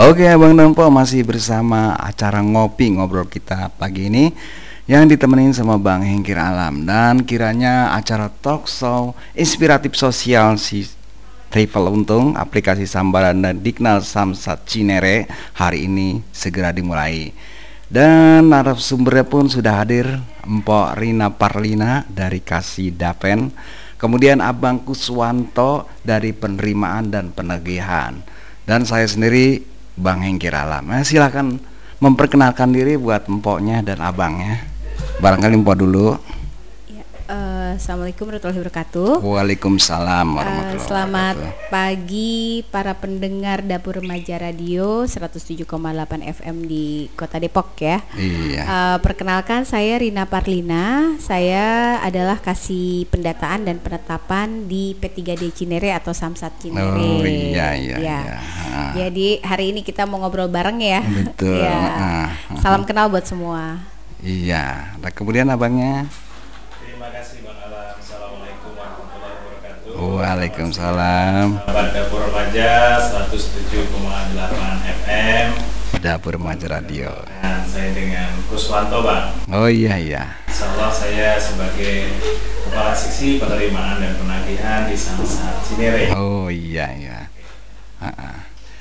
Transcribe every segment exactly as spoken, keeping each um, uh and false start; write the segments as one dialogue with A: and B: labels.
A: Oke, Bang Dempo masih bersama acara ngopi ngobrol kita pagi ini yang ditemenin sama Bang Hengkir Alam, dan kiranya acara talk show inspiratif sosial si Triple Untung aplikasi Sambaran dan Dignal Samsat Cinere hari ini segera dimulai. Dan narasumbernya pun sudah hadir, Mpok Rina Parlina dari Kasih Dapen, kemudian Abang Kuswanto dari Penerimaan dan Penagihan, dan saya sendiri Bang Hengkir Alam. Nah, silakan memperkenalkan diri buat empoknya dan abangnya. Barangkali empok dulu.
B: Ya, uh, Assalamualaikum warahmatullahi wabarakatuh.
A: Waalaikumsalam warahmatullahi
B: uh, Selamat
A: wabarakatuh.
B: pagi para pendengar Dapur Remaja Radio seratus tujuh koma delapan F M di Kota Depok ya.
A: Iya.
B: Uh, perkenalkan, saya Rina Parlina. Saya adalah kasih pendataan dan penetapan di P tiga D Cinere atau Samsat Cinere.
A: Oh iya iya.
B: Ya.
A: iya. Ah.
B: Jadi hari ini kita mau ngobrol bareng ya.
A: Betul.
B: Ya.
A: Ah.
B: Salam kenal buat semua.
A: Iya. Dan kemudian abangnya.
C: Terima kasih Bang Alam. Assalamualaikum warahmatullahi wabarakatuh.
A: Waalaikumsalam.
C: Sahabat Dapur Remaja seratus tujuh koma delapan F M.
A: Dapur Remaja Radio.
C: Dan saya dengan Kuswanto Bang.
A: Oh iya iya.
C: Insyaallah saya sebagai Kepala Seksi Penerimaan dan Penagihan di Samsat Cinere.
A: Oh iya iya. Ah-ah.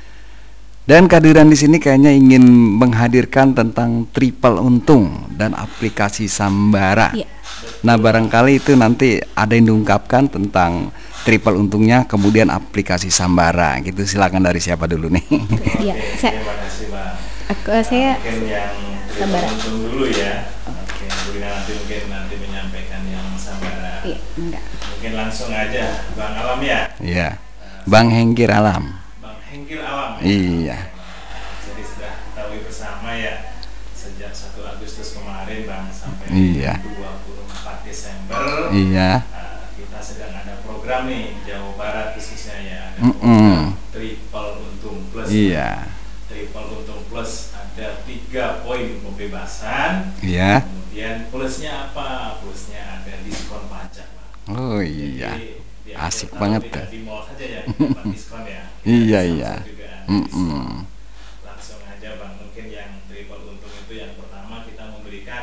A: Dan kehadiran di sini kayaknya ingin menghadirkan tentang triple untung dan aplikasi Sambara.
B: Iya.
A: Nah, barangkali itu nanti ada yang diungkapkan tentang triple untungnya, kemudian aplikasi Sambara. Gitu, silakan dari siapa dulu nih?
B: Iya,
C: Oke,
B: saya-
C: terima kasih Bang.
B: Aku, uh, saya
C: Mungkin yang triple
B: Sambara.
C: untung dulu ya. Oke, Bu Rina nanti mungkin nanti menyampaikan yang Sambara.
B: Iya, enggak.
C: Mungkin langsung aja Bang Alam ya.
A: Iya. Bang Hengkir Alam.
C: Bang Hengkir Alam.
A: Iya.
C: Jadi sudah ketahui bersama ya, sejak satu Agustus kemarin Bang sampai
A: Iya.
C: dua puluh empat Desember
A: Iya.
C: uh, kita sedang ada program nih Jawa Barat khususnya ya, ada
A: Mm-mm.
C: program Triple Untung Plus.
A: Iya.
C: Triple Untung Plus ada tiga poin pembebasan.
A: Iya.
C: Kemudian plusnya apa? Plusnya ada diskon pajak Bang.
A: Oh iya.
C: Jadi, di akhir
A: Asik
C: tahun
A: banget
C: tidak
A: tuh.
C: di mall saja ya dapat diskon ya.
A: Iya,
C: Di
A: iya.
C: Samsung juga ada
A: Mm-mm.
C: diskon. Langsung aja Bang, mungkin yang triple untung itu yang pertama kita memberikan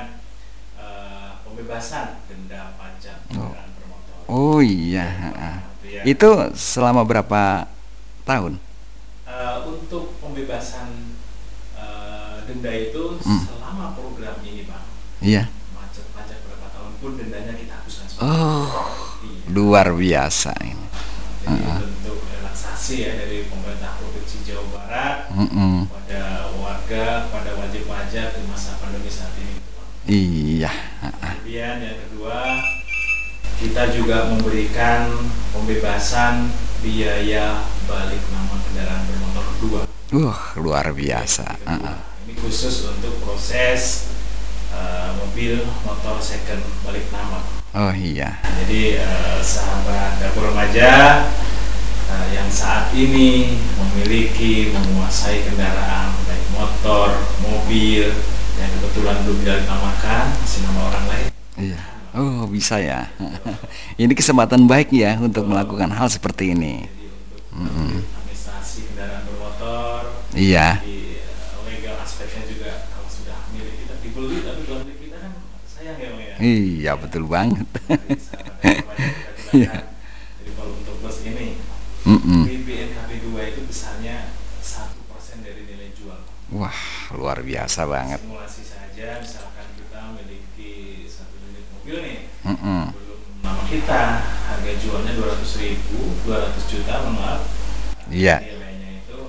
C: eh, pembebasan denda pajak kendaraan bermotor.
A: Oh iya. ah.
C: Itu ya.
A: Itu selama berapa tahun?
C: Eh, untuk pembebasan eh, denda itu
A: Hmm.
C: selama program ini Bang,
A: Iya.
C: macet pajak berapa tahun pun dendanya kita hapuskan semua.
A: Oh,
C: Iya.
A: luar biasa ini.
C: Jadi
A: Uh-uh.
C: bentuk relaksasi ya dari pemerintah Provinsi Jawa Barat
A: Mm-mm.
C: pada warga, pada wajib pajak di masa pandemi saat ini. Bang.
A: Iya. ah-ah.
C: Kemudian yang kedua, kita juga memberikan pembebasan biaya balik nama kendaraan bermotor kedua.
A: Uh, luar biasa.
C: Yang kedua.
A: ah-ah.
C: Ini khusus untuk proses eh, mobil motor second balik nama.
A: Oh iya.
C: Jadi eh, sahabat Dapur Remaja eh, yang saat ini memiliki, menguasai kendaraan baik motor, mobil yang kebetulan belum dialihkan masih nama orang lain.
A: Iya. Oh bisa ya. Ini kesempatan baik ya untuk melakukan hal seperti ini.
C: Jadi untuk
A: Mm-mm.
C: administrasi kendaraan bermotor,
A: Iya.
C: di eh, legal aspeknya juga kalau sudah milik kita dibeli tapi bukan milik kita kan sayang ya Bang ya.
A: Iya betul banget.
C: Jadi sahabat Dapur Remaja kita gunakan jadi kalau untuk plus ini
A: Mm-mm.
C: B B N K B dua itu besarnya satu persen dari nilai jual.
A: Wah luar biasa banget.
C: Simulasi saja, misalkan kita memiliki satu unit mobil nih,
A: Mm-mm.
C: belum nama kita, harga jualnya dua ratus ribu, dua ratus juta, mohon maaf.
A: Iya.
C: Nilainya itu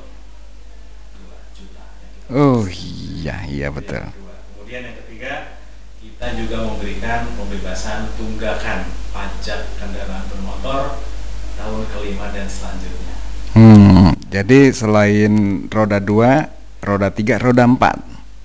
C: dua juta. Ya, kita
A: Oh
C: kasih.
A: iya iya
C: Itu
A: betul.
C: yang kedua. Kemudian yang ketiga, kita juga memberikan pembebasan tunggakan pajak kendaraan bermotor tahun kelima dan selanjutnya.
A: Hmm. Jadi selain roda dua, roda tiga, roda empat.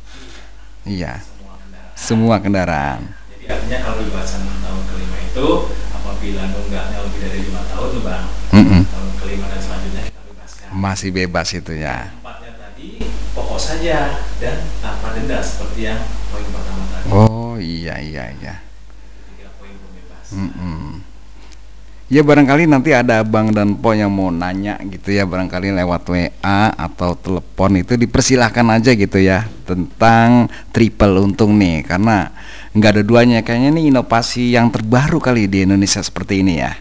A: Iya.
C: Semua kendaraan.
A: Semua kendaraan.
C: Jadi artinya kalau pembebasan tahun kelima itu apabila nunggaknya lebih dari lima tahun tuh Bang,
A: Mm-mm.
C: tahun kelima dan selanjutnya kita bebaskan.
A: Masih bebas itu ya.
C: Empatnya tadi pokok saja dan tanpa denda seperti yang poin pertama tadi.
A: Oh iya iya iya.
C: Tiga poin pembebasan.
A: Mm-mm. Ya barangkali nanti ada Abang dan Po yang mau nanya gitu ya, barangkali lewat W A atau telepon itu dipersilahkan aja gitu ya tentang triple untung nih, karena nggak ada duanya kayaknya nih, inovasi yang terbaru kali di Indonesia seperti ini ya.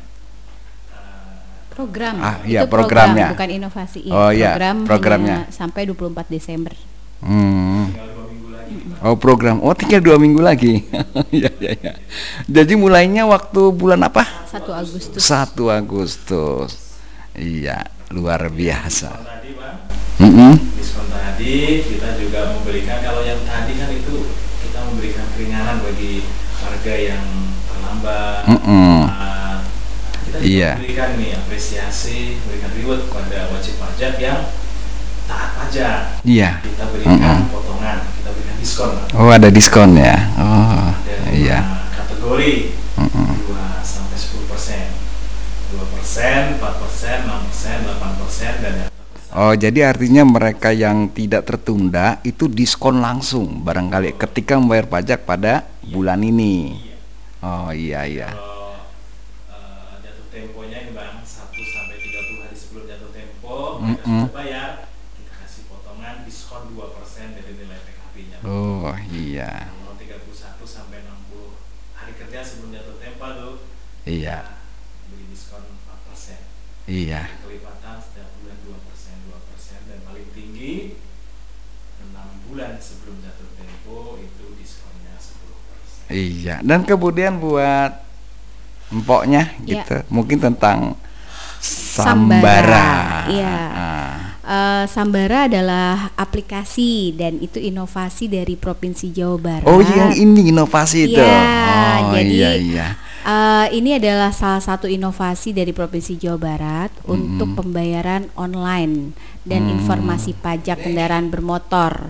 B: Program,
A: Ah,
B: itu
A: iya,
B: program,
A: programnya.
B: bukan inovasi. Iya,
A: Oh, iya,
B: program
A: programnya.
B: hanya sampai dua puluh empat Desember.
A: Hmm. Oh program, oh tinggal dua minggu lagi. Ya, ya, ya. Jadi mulainya waktu bulan apa?
B: satu Agustus.
A: satu Agustus. Iya, luar biasa.
C: Diskon tadi Pak,
A: Mm-mm.
C: diskon tadi kita juga memberikan, kalau yang tadi kan itu kita memberikan keringanan bagi warga yang terlambat.
A: Mm-mm.
C: Nah, kita juga
A: Iya.
C: memberikan nih apresiasi, memberikan reward kepada wajib pajak yang taat pajak.
A: Iya.
C: Kita berikan
A: Mm-mm.
C: potongan, kita berikan diskon Pak.
A: Oh ada diskon ya. Oh
C: Ada
A: iya.
C: lima kategori,
A: Mm-mm.
C: dua sampai sepuluh persen, dua persen, empat persen, enam persen, delapan persen, dan yang terbesar.
A: Oh jadi artinya mereka yang tidak tertunda itu diskon langsung barangkali ketika membayar pajak pada bulan ini. Oh iya iya.
C: Kalau eh, jatuh temponya ini Bang, satu sampai tiga puluh hari sebelum jatuh tempo, mereka
A: Mm-mm.
C: sudah bayar, kita kasih potongan diskon dua persen dari nilai P K P-nya.
A: Oh iya.
C: Kalau tiga puluh satu sampai enam puluh hari kerja sebelum jatuh tempo tuh,
A: Iya.
C: kita beri diskon empat persen.
A: Iya.
C: Kelipatan setiap bulan dua persen, dua persen, dan paling tinggi enam bulan sebelum jatuh tempo itu diskonnya sepuluh persen.
A: Iya. Dan kemudian buat empoknya
B: Iya.
A: gitu, mungkin tentang
B: Sambara.
A: Sambara.
B: Iya.
A: Ah.
B: Eh, Sambara adalah aplikasi dan itu inovasi dari Provinsi Jawa Barat.
A: Oh yang ini inovasi itu.
B: Iya,
A: Oh
B: jadi
A: iya iya.
B: eh, ini adalah salah satu inovasi dari Provinsi Jawa Barat
A: Mm-mm.
B: untuk pembayaran online dan
A: Hmm.
B: informasi pajak kendaraan bermotor.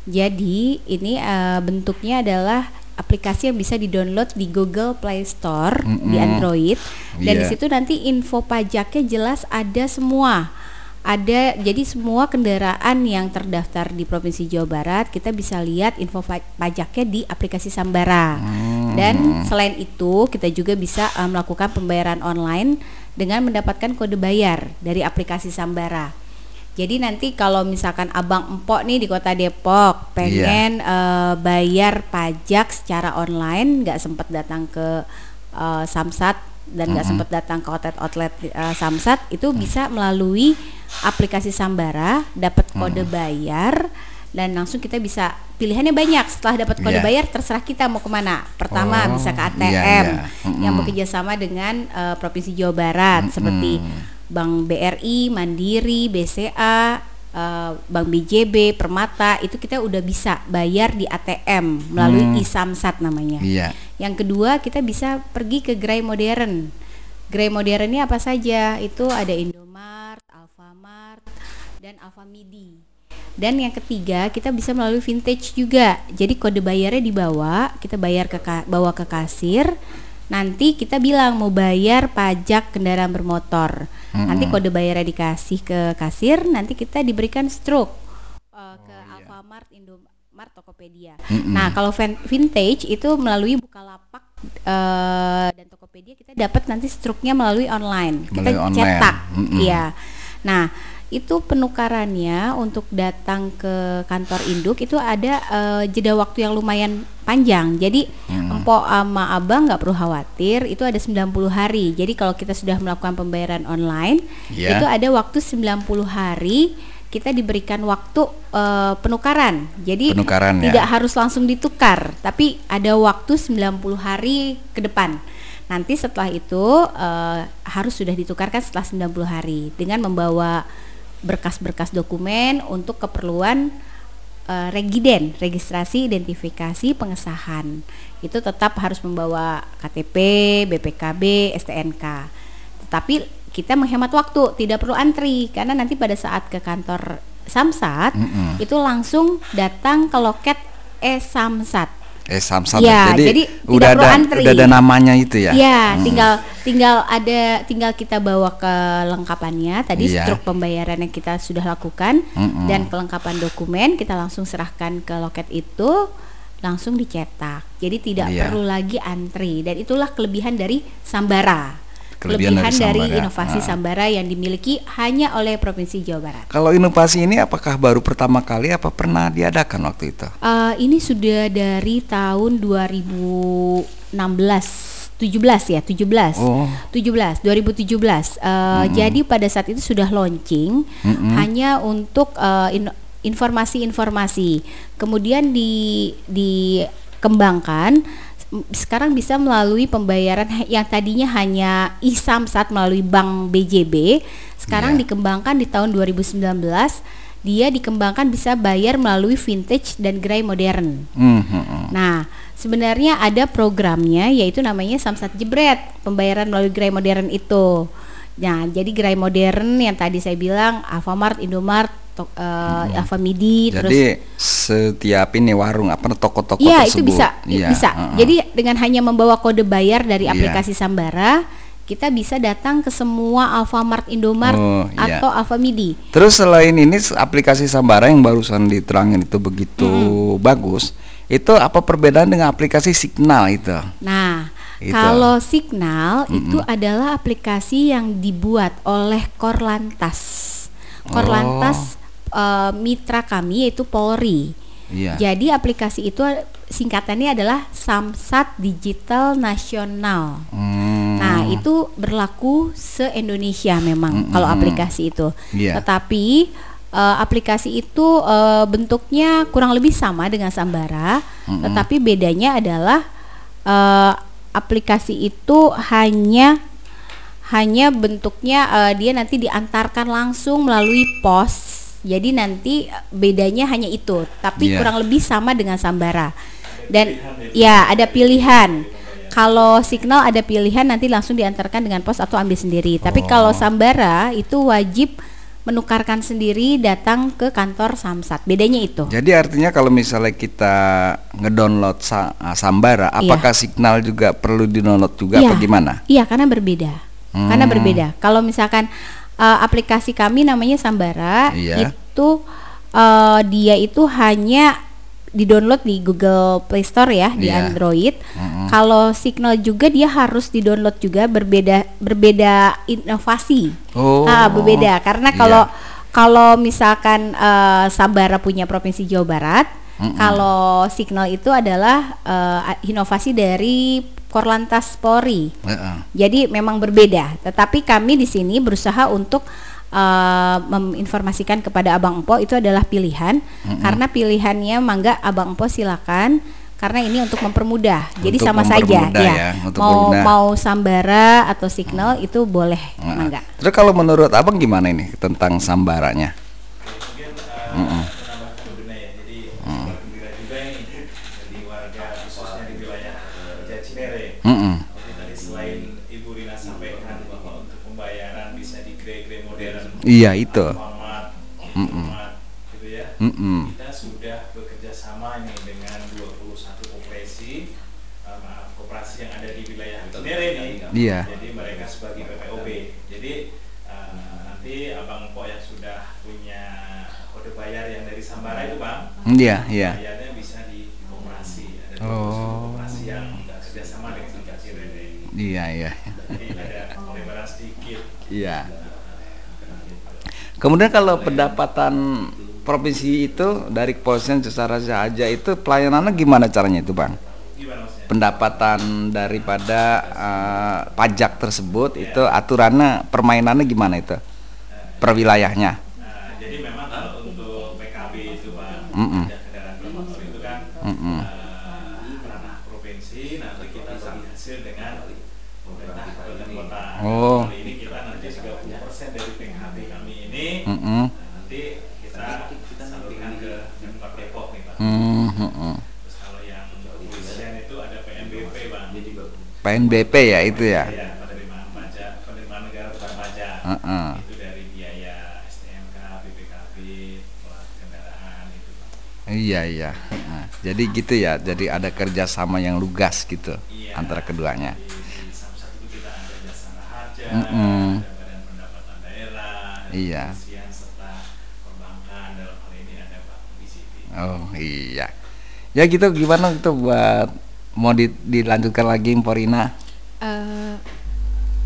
B: Jadi ini eh, bentuknya adalah aplikasi yang bisa di-download di Google Play Store di
A: Mm-mm.
B: Android, dan di
A: Iya.
B: situ nanti info pajaknya jelas ada semua. Ada, jadi semua kendaraan yang terdaftar di Provinsi Jawa Barat kita bisa lihat info pa- pajaknya di aplikasi Sambara.
A: Hmm.
B: Dan selain itu kita juga bisa uh, melakukan pembayaran online dengan mendapatkan kode bayar dari aplikasi Sambara. Jadi nanti kalau misalkan abang empok nih di Kota Depok pengen uh, bayar pajak secara online, nggak sempat datang ke uh, Samsat dan nggak
A: Mm-mm.
B: sempat datang ke outlet-outlet uh, Samsat, itu bisa melalui aplikasi Sambara, dapat kode bayar dan langsung kita bisa, pilihannya banyak. Setelah dapat kode
A: Iya.
B: bayar terserah kita mau kemana. Pertama
A: Oh,
B: bisa ke A T M
A: iya, iya.
B: yang
A: Mm-mm.
B: bekerja sama dengan uh, Provinsi Jawa Barat,
A: Mm-mm.
B: seperti Bank B R I, Mandiri, B C A, uh, Bank B J B, Permata. Itu kita udah bisa bayar di A T M melalui
A: Hmm.
B: e-Samsat namanya.
A: Iya.
B: Yang kedua, kita bisa pergi ke gerai modern. Gerai modern ini apa saja? Itu ada Indomart, Alfamart, dan Alfamidi. Dan yang ketiga, kita bisa melalui vintage juga. Jadi kode bayarnya dibawa, kita bayar ke ka- bawa ke kasir. Nanti kita bilang mau bayar pajak kendaraan bermotor.
A: Mm-mm.
B: Nanti kode bayarnya dikasih ke kasir, nanti kita diberikan stroke uh, ke Alfamart, Indomart, Tokopedia.
A: Mm-mm.
B: Nah, kalau vin- vintage itu melalui Bukalapak uh, dan Tokopedia, kita dapat nanti struknya melalui online. Kita
A: Melalui online.
B: cetak.
A: Mm-mm.
B: Iya. Nah, itu penukarannya untuk datang ke kantor induk itu ada uh, jeda waktu yang lumayan panjang. Jadi
A: Hmm.
B: empok sama abang nggak perlu khawatir, itu ada sembilan puluh hari. Jadi kalau kita sudah melakukan pembayaran online,
A: Iya.
B: itu ada waktu sembilan puluh hari kita diberikan waktu uh, penukaran. Jadi
A: Penukaran, ya.
B: tidak harus langsung ditukar, tapi ada waktu sembilan puluh hari ke depan. Nanti setelah itu uh, harus sudah ditukarkan setelah sembilan puluh hari dengan membawa berkas-berkas dokumen untuk keperluan uh, regiden, registrasi identifikasi pengesahan. Itu tetap harus membawa K T P, B P K B, S T N K. Tetapi kita menghemat waktu, tidak perlu antri karena nanti pada saat ke kantor Samsat
A: Mm-mm.
B: itu langsung datang ke loket e-Samsat.
A: Eh Samsat.
B: Ya,
A: Jadi,
B: jadi
A: udah
B: tidak perlu
A: ada
B: antri.
A: udah ada namanya itu ya.
B: Ya,
A: Hmm.
B: tinggal tinggal ada tinggal kita bawa kelengkapannya. Tadi
A: Iya.
B: struk pembayaran yang kita sudah lakukan
A: Mm-mm.
B: dan kelengkapan dokumen kita langsung serahkan ke loket itu, langsung dicetak. Jadi tidak
A: Iya.
B: perlu lagi antri, dan itulah kelebihan dari Sambara. kelebihan,
A: kelebihan
B: dari,
A: dari
B: inovasi
A: ah.
B: Sambara yang dimiliki hanya oleh Provinsi Jawa Barat.
A: Kalau inovasi ini apakah baru pertama kali apa pernah diadakan waktu itu?
B: Uh, ini sudah dari tahun dua ribu enam belas tujuh belas ya, tujuh belas.
A: Oh.
B: tujuh belas dua ribu tujuh belas. Uh, mm-hmm. Jadi pada saat itu sudah launching mm-hmm. hanya untuk uh, in, informasi-informasi. Kemudian di dikembangkan sekarang bisa melalui pembayaran yang tadinya hanya e-Samsat melalui Bank B J B, sekarang yeah. dikembangkan di tahun dua ribu sembilan belas. Dia dikembangkan bisa bayar melalui vintage dan gerai modern. Mm-hmm. Nah, sebenarnya ada programnya yaitu namanya Samsat Jebret, pembayaran melalui gerai modern itu. Nah, jadi gerai modern yang tadi saya bilang Alfamart, Indomart, to, uh, mm-hmm. Alfamidi,
A: jadi,
B: terus
A: setiap ini warung apa toko-toko
B: ya,
A: tersebut.
B: Itu bisa,
A: ya,
B: bisa.
A: Uh-uh.
B: Jadi dengan hanya membawa kode bayar dari aplikasi
A: yeah.
B: Sambara, kita bisa datang ke semua Alfamart, Indomart oh, iya. atau Alfamidi.
A: Terus selain ini aplikasi Sambara yang barusan diterangin itu begitu mm. bagus, itu apa perbedaan dengan aplikasi Signal itu?
B: Nah, itu. Kalau Signal mm-mm. itu adalah aplikasi yang dibuat oleh Korlantas. Korlantas oh. uh, mitra kami yaitu Polri. Iya. Jadi aplikasi itu singkatannya adalah Samsat Digital Nasional. Hmm. Nah, itu berlaku se-Indonesia memang hmm, kalau aplikasi itu. Yeah. Tetapi uh, aplikasi itu uh, bentuknya kurang lebih sama dengan Sambara, hmm. tetapi bedanya adalah uh, aplikasi itu hanya hanya bentuknya uh, dia nanti diantarkan langsung melalui pos. Jadi nanti bedanya hanya itu, tapi yeah. kurang lebih sama dengan Sambara. Dan ya ada pilihan. Kalau Signal ada pilihan nanti langsung diantarkan dengan pos atau ambil sendiri. Oh. Tapi kalau Sambara itu wajib menukarkan sendiri datang ke kantor Samsat. Bedanya itu.
A: Jadi artinya kalau misalnya kita ngedownload sa- Sambara, yeah. apakah Signal juga perlu di-download juga yeah. apa gimana?
B: Iya, karena berbeda. Hmm. Karena berbeda. Kalau misalkan Uh, aplikasi kami namanya Sambara, iya. itu uh, dia itu hanya di-download di Google Play Store ya, di iya. Android. Mm-hmm. Kalau Signal juga dia harus di-download juga, berbeda berbeda inovasi. Oh. Ah, berbeda karena kalau iya. kalau misalkan uh, Sambara punya Provinsi Jawa Barat, mm-hmm. kalau Signal itu adalah uh, inovasi dari Korlantas Polri. Uh-uh. Jadi memang berbeda. Tetapi kami di sini berusaha untuk uh, menginformasikan kepada Abang Empo itu adalah pilihan. Uh-uh. Karena pilihannya mangga Abang Empo silakan. Karena ini untuk mempermudah. Jadi untuk sama saja ya. ya mau mempermudah. Mau Sambara atau Signal uh-uh. itu boleh uh-uh. mangga.
A: Terus kalau menurut Abang gimana ini tentang Sambaranya?
C: Mungkin uh, uh-uh.
A: Mm-mm.
C: Tadi selain Ibu Rina sampaikan bahwa untuk pembayaran bisa di gerai-gerai modern,
A: iya itu,
C: Alfamart, Indomart, gitu ya.
A: Mm-mm.
C: Kita sudah bekerja sama nih dengan dua puluh satu koperasi, uh, maaf koperasi yang ada di wilayah Cinere nih.
A: Iya.
C: Jadi mereka sebagai P P O B. Jadi uh, nanti Abang Empo yang sudah punya kode bayar yang dari Sambara itu Bang,
A: iya iya.
C: bayarnya bisa di koperasi. Ada dua puluh satu
A: oh.
C: koperasi yang kerjasama dengan Singkat Cirende.
A: Iya iya.
C: Jadi ada pelebaran sedikit.
A: Iya. Kemudian kalau pendapatan provinsi itu dari kepolisian secara saja itu pelayanannya gimana caranya itu Bang?
C: Gimana maksudnya?
A: Pendapatan daripada uh, pajak tersebut itu aturannya permainannya gimana itu? Per wilayahnya?
C: Nah, jadi memang kalau untuk P K B itu Bang,
A: Mm-mm.
C: pajak kendaraan bermotor itu kan
A: Mm-mm.
C: dengan pemerintah kabupaten kota.
A: Oh.
C: Kali ini kita nanti tiga puluh persen dari P K B kami ini,
A: mm-hmm.
C: nah, nanti kita kita salurkan ke Pemkab Depok nih Pak.
A: Mm-hmm.
C: Terus kalau yang kepolisian itu ada P N B P Bang.
A: P N B P ya itu ya.
C: Iya, penerimaan pajak, penerimaan negara bukan pajak.
A: Uh-uh.
C: Itu dari biaya S T M K, B P K B, plat kendaraan itu Bang.
A: Iya iya. Nah, jadi gitu ya. Jadi ada kerjasama yang lugas gitu. Iya, antara keduanya.
C: Di, di Samsat itu kita ada Jasara Harja,
A: mm-hmm.
C: ada Badan Pendapatan Daerah, ada
A: iya.
C: kepolisian serta perbankan, dalam hal ini ada Bank B C P.
A: Oh iya. Ya gitu gimana itu buat mau di, dilanjutkan lagi Porina?
B: Uh,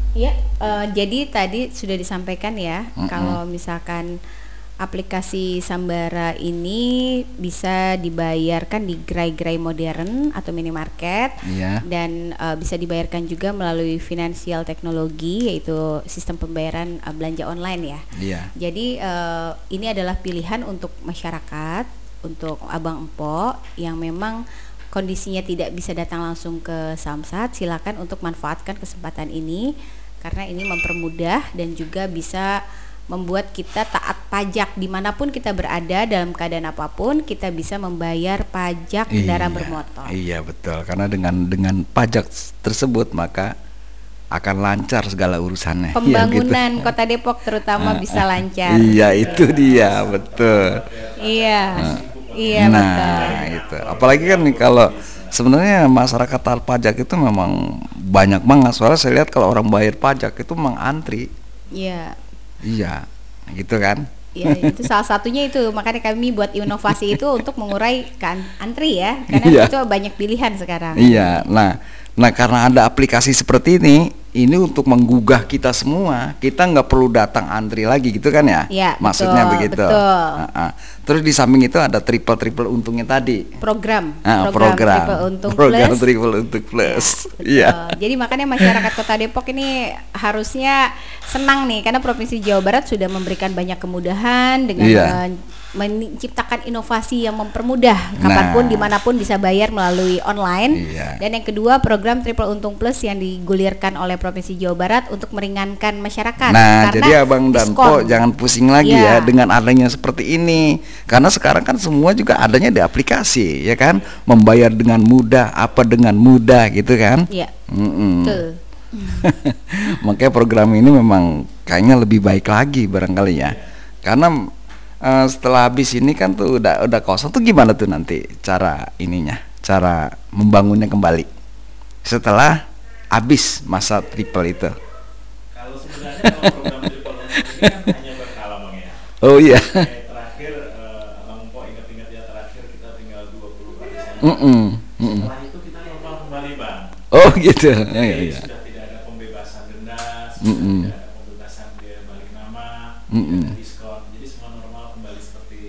B: Ya, uh, jadi tadi sudah disampaikan ya, mm-hmm. kalau misalkan aplikasi Sambara ini bisa dibayarkan di gerai-gerai modern atau minimarket,
A: yeah.
B: dan uh, bisa dibayarkan juga melalui financial teknologi, yaitu sistem pembayaran uh, belanja online ya.
A: Yeah.
B: Jadi uh, ini adalah pilihan untuk masyarakat, untuk abang empok yang memang kondisinya tidak bisa datang langsung ke Samsat. Silakan untuk manfaatkan kesempatan ini karena ini mempermudah dan juga bisa membuat kita taat pajak dimanapun kita berada, dalam keadaan apapun kita bisa membayar pajak kendaraan
A: iya,
B: bermotor.
A: Iya betul, karena dengan dengan pajak tersebut maka akan lancar segala urusannya.
B: Pembangunan
A: ya, gitu.
B: Kota Depok terutama bisa lancar.
A: Iya itu dia betul.
B: Iya,
A: nah,
B: iya
A: nah,
B: betul.
A: Itu. Apalagi kan nih kalau sebenarnya masyarakat taat pajak itu memang banyak banget. Soalnya saya lihat kalau orang bayar pajak itu memang antri.
B: Iya.
A: Iya, gitu kan?
B: Ya, itu salah satunya itu, makanya kami buat inovasi itu untuk mengurai kan antri ya, karena
A: iya.
B: itu banyak pilihan sekarang.
A: Iya, nah, nah karena ada aplikasi seperti ini, ini untuk menggugah kita semua, kita nggak perlu datang antri lagi, gitu kan ya?
B: Iya,
A: maksudnya
B: betul,
A: begitu.
B: Betul.
A: Nah, terus di samping itu ada triple triple untungnya tadi.
B: Program,
A: nah,
B: program,
A: program,
B: triple untung
A: program
B: plus.
A: triple untung plus.
B: Iya. Jadi makanya masyarakat Kota Depok ini harusnya senang nih, karena Provinsi Jawa Barat sudah memberikan banyak kemudahan dengan
A: iya.
B: men- menciptakan inovasi yang mempermudah kapanpun
A: nah.
B: dimanapun bisa bayar melalui online.
A: Iya.
B: Dan yang kedua program triple untung plus yang digulirkan oleh Provinsi Jawa Barat untuk meringankan masyarakat.
A: Nah,
B: karena
A: jadi Abang dan Po jangan pusing lagi
B: yeah.
A: ya dengan adanya seperti ini. Karena sekarang kan semua juga adanya di aplikasi, ya kan? Membayar dengan mudah, apa dengan mudah gitu kan?
B: Iya.
A: Mm-mm.
B: Betul.
A: Makanya program ini memang kayaknya lebih baik lagi barangkali ya. Karena uh, setelah habis ini kan tuh udah udah kosong tuh gimana tuh nanti cara ininya, cara membangunnya kembali setelah habis masa triple itu.
C: Kalau sebenarnya kalau program triple ini kan hanya berkala Bang ya.
A: Oh iya.
C: Kayak terakhir uh, Bang Po ingat-ingat ya, terakhir kita tinggal dua puluh hari saja.
A: Mm-mm.
C: Setelah itu kita normal kembali Bang.
A: Oh gitu.
C: Jadi
A: Oh, iya, iya.
C: sudah tidak ada pembebasan denda, sudah
A: Mm-mm.
C: tidak ada pembebasan biaya balik nama,
A: Mm-mm.
C: tidak ada diskon. Jadi semua normal kembali seperti.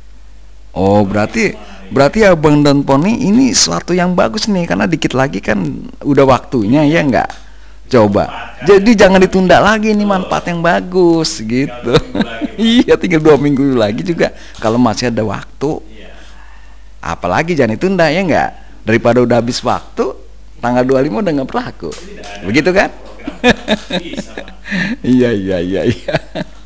A: Oh berarti berarti Abang dan Poni ini suatu yang bagus nih, karena dikit lagi kan udah waktunya ya enggak? Coba. Jadi jangan ditunda lagi, ini manfaat yang bagus gitu. Iya, tinggal dua minggu lagi juga kalau masih ada waktu.
C: Iya.
A: Apalagi jangan ditunda ya enggak? Daripada udah habis waktu tanggal dua puluh lima udah nggak berlaku. Begitu kan?
C: Bisa, Bang.
A: Iya iya iya iya.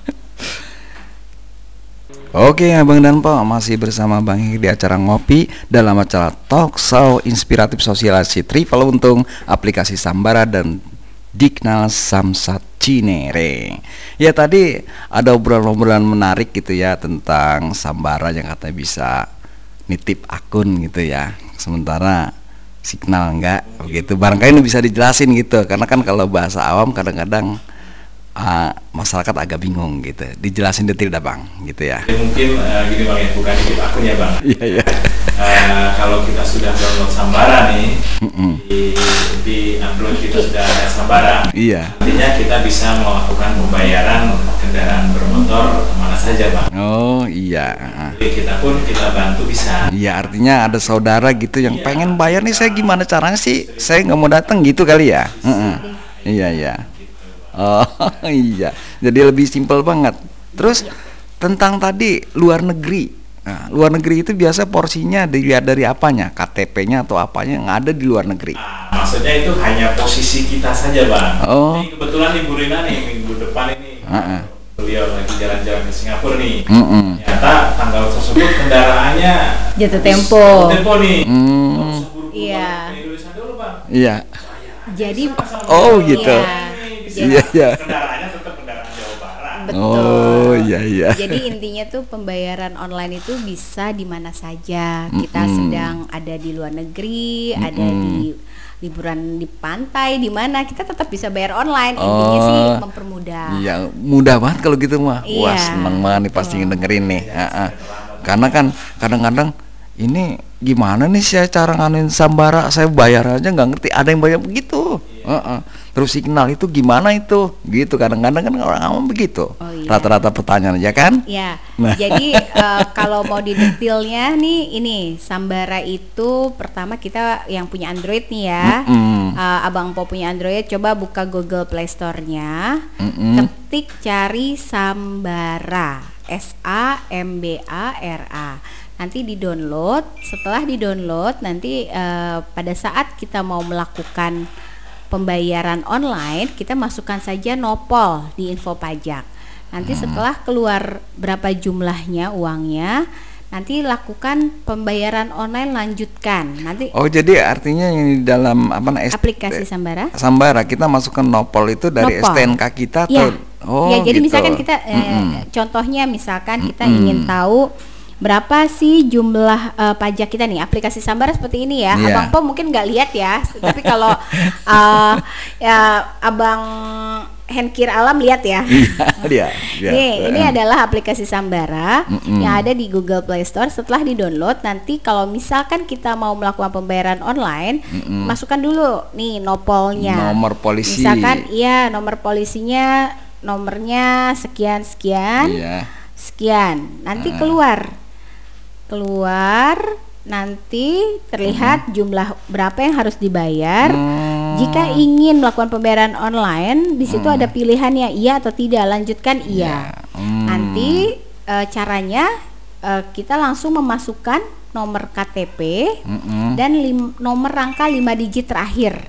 A: Oke Abang dan Po, masih bersama Bang Hengki di acara Ngopi dalam acara Talk Show Inspiratif Sosialisasi Triple Untung aplikasi Sambara dan Dignal Samsat Cinere. Ya tadi ada obrolan-obrolan menarik gitu ya tentang Sambara yang katanya bisa nitip akun gitu ya. Sementara Signal enggak begitu. Barangkali ini bisa dijelasin gitu, karena kan kalau bahasa awam kadang-kadang Uh, masyarakat agak bingung gitu, dijelasin detail dah Bang gitu ya.
C: Jadi mungkin uh, gini Bang ya, bukan nitip akunnya Bang.
A: Iya iya.
C: Uh, kalau kita sudah download Sambara nih,
A: Mm-mm.
C: di, di Android kita sudah ada Sambara.
A: Iya.
C: Artinya kita bisa melakukan pembayaran kendaraan bermotor kemana saja Bang.
A: Oh iya.
C: Jadi kita pun kita bantu bisa.
A: Iya, artinya ada saudara gitu yang
C: Iya.
A: pengen bayar nih, saya gimana caranya sih? Saya nggak mau datang gitu kali ya. Mm-mm. Iya iya. Oh iya, jadi lebih simpel banget. Terus tentang tadi luar negeri, nah, luar negeri itu biasa porsinya dilihat dari apanya, K T P-nya atau apanya yang ada di luar negeri.
C: Nah, maksudnya itu hanya posisi kita saja Bang.
A: Oh.
C: Ini kebetulan Ibu Rina nih minggu depan ini
A: Uh-uh.
C: beliau lagi jalan-jalan ke Singapura nih.
A: Mm-mm.
C: Ternyata tanggal tersebut kendaraannya
B: Jatuh
C: habis
B: tempo.
C: jatuh tempo nih.
A: Hmm.
C: Nggak usah buru-buru
B: Iya.
C: balik ke Indonesia dulu Bang.
A: Iya.
B: Jadi
A: Oh gitu.
B: Iya.
A: Iya iya.
C: Kendaraannya tetap kendaraan Jawa Barat.
B: betul.
A: Oh iya iya.
B: Jadi intinya tuh pembayaran online itu bisa di mana saja. Kita
A: Mm-mm.
B: sedang ada di luar negeri,
A: Mm-mm.
B: ada di liburan di pantai, di mana kita tetap bisa bayar online. Intinya
A: Oh.
B: sih mempermudah.
A: Iya, mudah banget kalau gitu mah. Wah,
B: Iya.
A: seneng banget nih pasti
B: Betul.
A: dengerin nih. Ha-ha. Karena kan kadang-kadang ini gimana nih saya cara nganuin Sambara, saya bayar aja nggak ngerti. Ada yang bayar begitu. Heeh. terus signal itu gimana itu? Gitu kadang-kadang kan orang awam begitu.
B: Oh, iya.
A: Rata-rata pertanyaan ya kan?
B: Ya,
A: Nah.
B: jadi uh, kalau mau didetailnya nih, ini Sambara itu pertama kita yang punya Android nih ya,
A: Mm-mm.
B: uh, Abang Po punya Android, coba buka Google Play Store-nya,
A: Mm-mm.
B: ketik cari Sambara, S A M B A R A. Nanti di-download, setelah di-download nanti uh, pada saat kita mau melakukan pembayaran online, kita masukkan saja nopol di info pajak. Nanti
A: Hmm.
B: setelah keluar berapa jumlahnya uangnya, nanti lakukan pembayaran online, lanjutkan. Nanti
A: Oh jadi artinya yang di dalam apa namanya
B: aplikasi Sambara.
A: Sambara kita masukkan nopol itu dari
B: Nopol.
A: S T N K kita
B: Ya,
A: atau oh
B: ya jadi
A: gitu.
B: misalkan kita, eh,
A: Mm-mm.
B: contohnya misalkan kita
A: Mm-mm.
B: ingin tahu berapa sih jumlah eh, pajak kita nih, aplikasi Sambara seperti ini ya.
A: Iya.
B: Abang Po mungkin nggak lihat ya, tapi kalau eh, ya Abang Henkir Alam lihat ya.
A: Iya, iya.
B: Nih, ini adalah aplikasi Sambara
A: Mm-mm.
B: yang ada di Google Play Store. Setelah di-download, nanti kalau misalkan kita mau melakukan pembayaran online,
A: Mm-mm.
B: masukkan dulu nih nopolnya.
A: Nomor polisi.
B: Misalkan iya, nomor polisinya nomornya sekian sekian.
A: Iya.
B: Sekian. Nanti
A: Ah.
B: keluar. Keluar nanti terlihat jumlah berapa yang harus dibayar.
A: Hmm.
B: Jika ingin melakukan pembayaran online, di situ
A: Hmm.
B: ada pilihannya iya atau tidak. Lanjutkan iya.
A: Hmm.
B: Nanti e, caranya e, kita langsung memasukkan nomor K T P
A: Mm-mm.
B: dan lim- nomor rangka lima digit terakhir.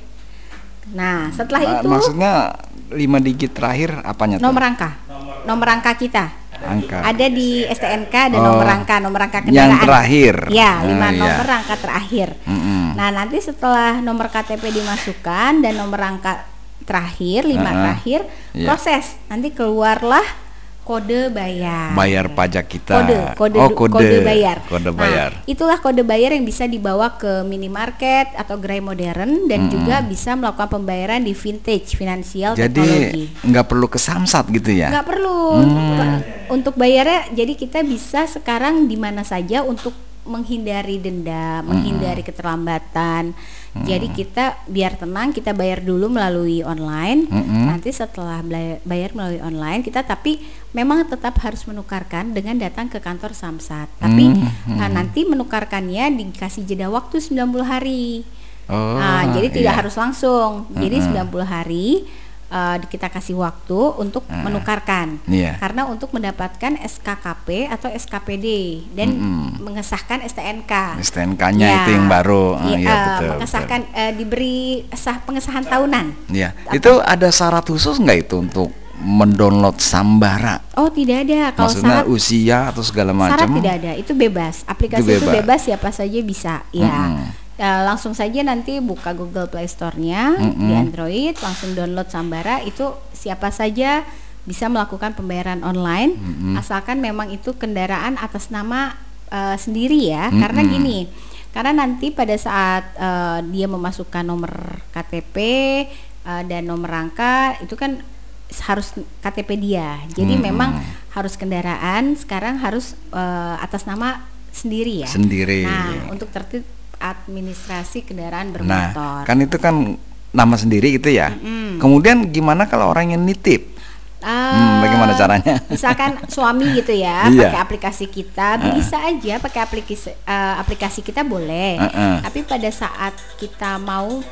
B: Nah, setelah
A: Ma-
B: itu
A: maksudnya lima digit terakhir apanya tuh?
B: nomor rangka, nomor rangka kita
A: Angka.
B: ada di S T N K, ada
A: Oh.
B: nomor rangka, nomor rangka
A: Yang
B: kendaraan.
A: terakhir.
B: Ya,
A: Ah,
B: lima
A: iya.
B: nomor rangka terakhir.
A: Mm-mm.
B: Nah, nanti setelah nomor K T P dimasukkan dan nomor rangka terakhir, lima
A: Uh-uh.
B: terakhir,
A: Iya.
B: proses. Nanti keluarlah kode bayar.
A: Bayar pajak kita.
B: Kode, kode,
A: oh,
B: du-
A: kode.
B: kode bayar.
A: Kode
B: Nah,
A: bayar.
B: itulah kode bayar yang bisa dibawa ke minimarket atau gerai modern dan
A: Mm-mm.
B: juga bisa melakukan pembayaran di vintage finansial
A: Jadi
B: teknologi.
A: nggak perlu ke Samsat gitu ya?
B: Nggak perlu.
A: Hmm.
B: Untuk bayarnya, jadi kita bisa sekarang di mana saja untuk menghindari denda, menghindari keterlambatan. Jadi kita biar tenang, kita bayar dulu melalui online.
A: Mm-mm.
B: Nanti setelah bela- bayar melalui online, kita tapi memang tetap harus menukarkan dengan datang ke kantor Samsat. Tapi
A: Mm-mm.
B: nah, nanti menukarkannya dikasih jeda waktu sembilan puluh hari.
A: Oh,
B: Nah, jadi tidak
A: iya.
B: harus langsung. Jadi
A: Mm-mm.
B: sembilan puluh hari uh, kita kasih waktu untuk
A: Ah,
B: menukarkan.
A: iya.
B: Karena untuk mendapatkan S K K P atau S K P D dan
A: Mm-mm.
B: mengesahkan S T N K.
A: S T N K-nya
B: Ya.
A: itu yang baru. Ah,
B: Iya,
A: iya,
B: uh,
A: betul.
B: mengesahkan uh, diberi sah pengesahan tahunan.
A: betul. Iya.
B: Apa?
A: Itu ada syarat khusus nggak itu untuk mendownload Sambara?
B: Oh, tidak ada. Kalau
A: Maksudnya
B: syarat
A: usia atau segala
B: syarat
A: macam?
B: tidak ada. Itu bebas. Aplikasi
A: Itu
B: itu
A: bebas.
B: bebas, siapa saja bisa. Ya.
A: Mm-mm.
B: Ya, langsung saja nanti buka Google Play Store-nya
A: Mm-mm.
B: di Android, langsung download Sambara. Itu siapa saja bisa melakukan pembayaran online,
A: Mm-mm.
B: asalkan memang itu kendaraan atas nama uh, sendiri ya.
A: Mm-mm.
B: Karena gini, karena nanti pada saat uh, dia memasukkan nomor K T P uh, dan nomor rangka itu kan harus K T P dia. Jadi
A: Mm-mm.
B: memang harus kendaraan sekarang harus uh, atas nama sendiri ya.
A: Sendiri.
B: Nah, untuk tertib administrasi kendaraan
A: Nah,
B: bermotor.
A: kan itu kan nama sendiri gitu ya.
B: Mm-mm.
A: Kemudian gimana kalau orang yang nitip?
B: Ah,
A: Hmm, bagaimana caranya?
B: Misalkan suami gitu ya,
A: Iya.
B: pakai aplikasi kita, bisa aja pakai aplikasi eh, aplikasi kita boleh.
A: Uh-uh.
B: Tapi pada saat kita mau,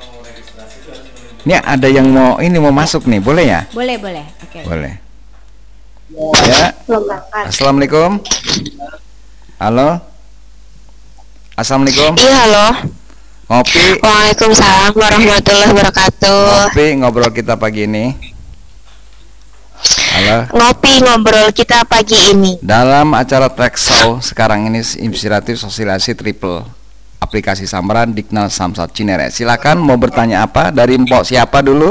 A: Ini ada yang mau ini mau masuk nih, boleh ya?
B: boleh boleh, oke.
A: Boleh. Ya. Assalamualaikum. Halo. Assalamualaikum.
D: Iya, halo.
A: Ngopi,
D: Waalaikumsalam warahmatullahi wabarakatuh.
A: ngopi ngobrol kita pagi ini. Halo.
D: Ngopi ngobrol kita pagi ini.
A: Dalam acara Track Show sekarang ini inspiratif sosialisasi triple aplikasi Sambara Dignal Samsat Cinere. Silakan mau bertanya apa dari Mpok siapa dulu?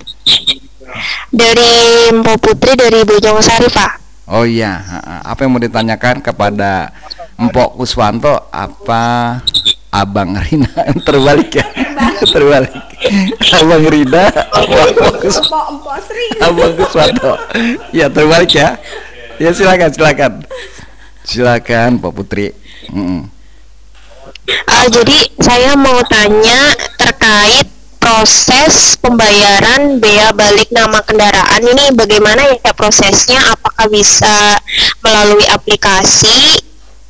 D: Dari Mpok Putri dari Bojongsari, Pak.
A: Oh iya, ha-ha. Apa yang mau ditanyakan kepada Mpok Kuswanto apa Abang Rina terbalik ya? Terbalik. Abang Rina, Abang Kus-
B: Empok empok Sri.
A: Abang Kuswanto. Ya terbalik ya. Ya silakan, silakan. Silakan Pak Putri. Mm-mm.
D: Uh, jadi saya mau tanya terkait pro proses pembayaran bea balik nama kendaraan ini bagaimana ya prosesnya? Apakah bisa melalui aplikasi?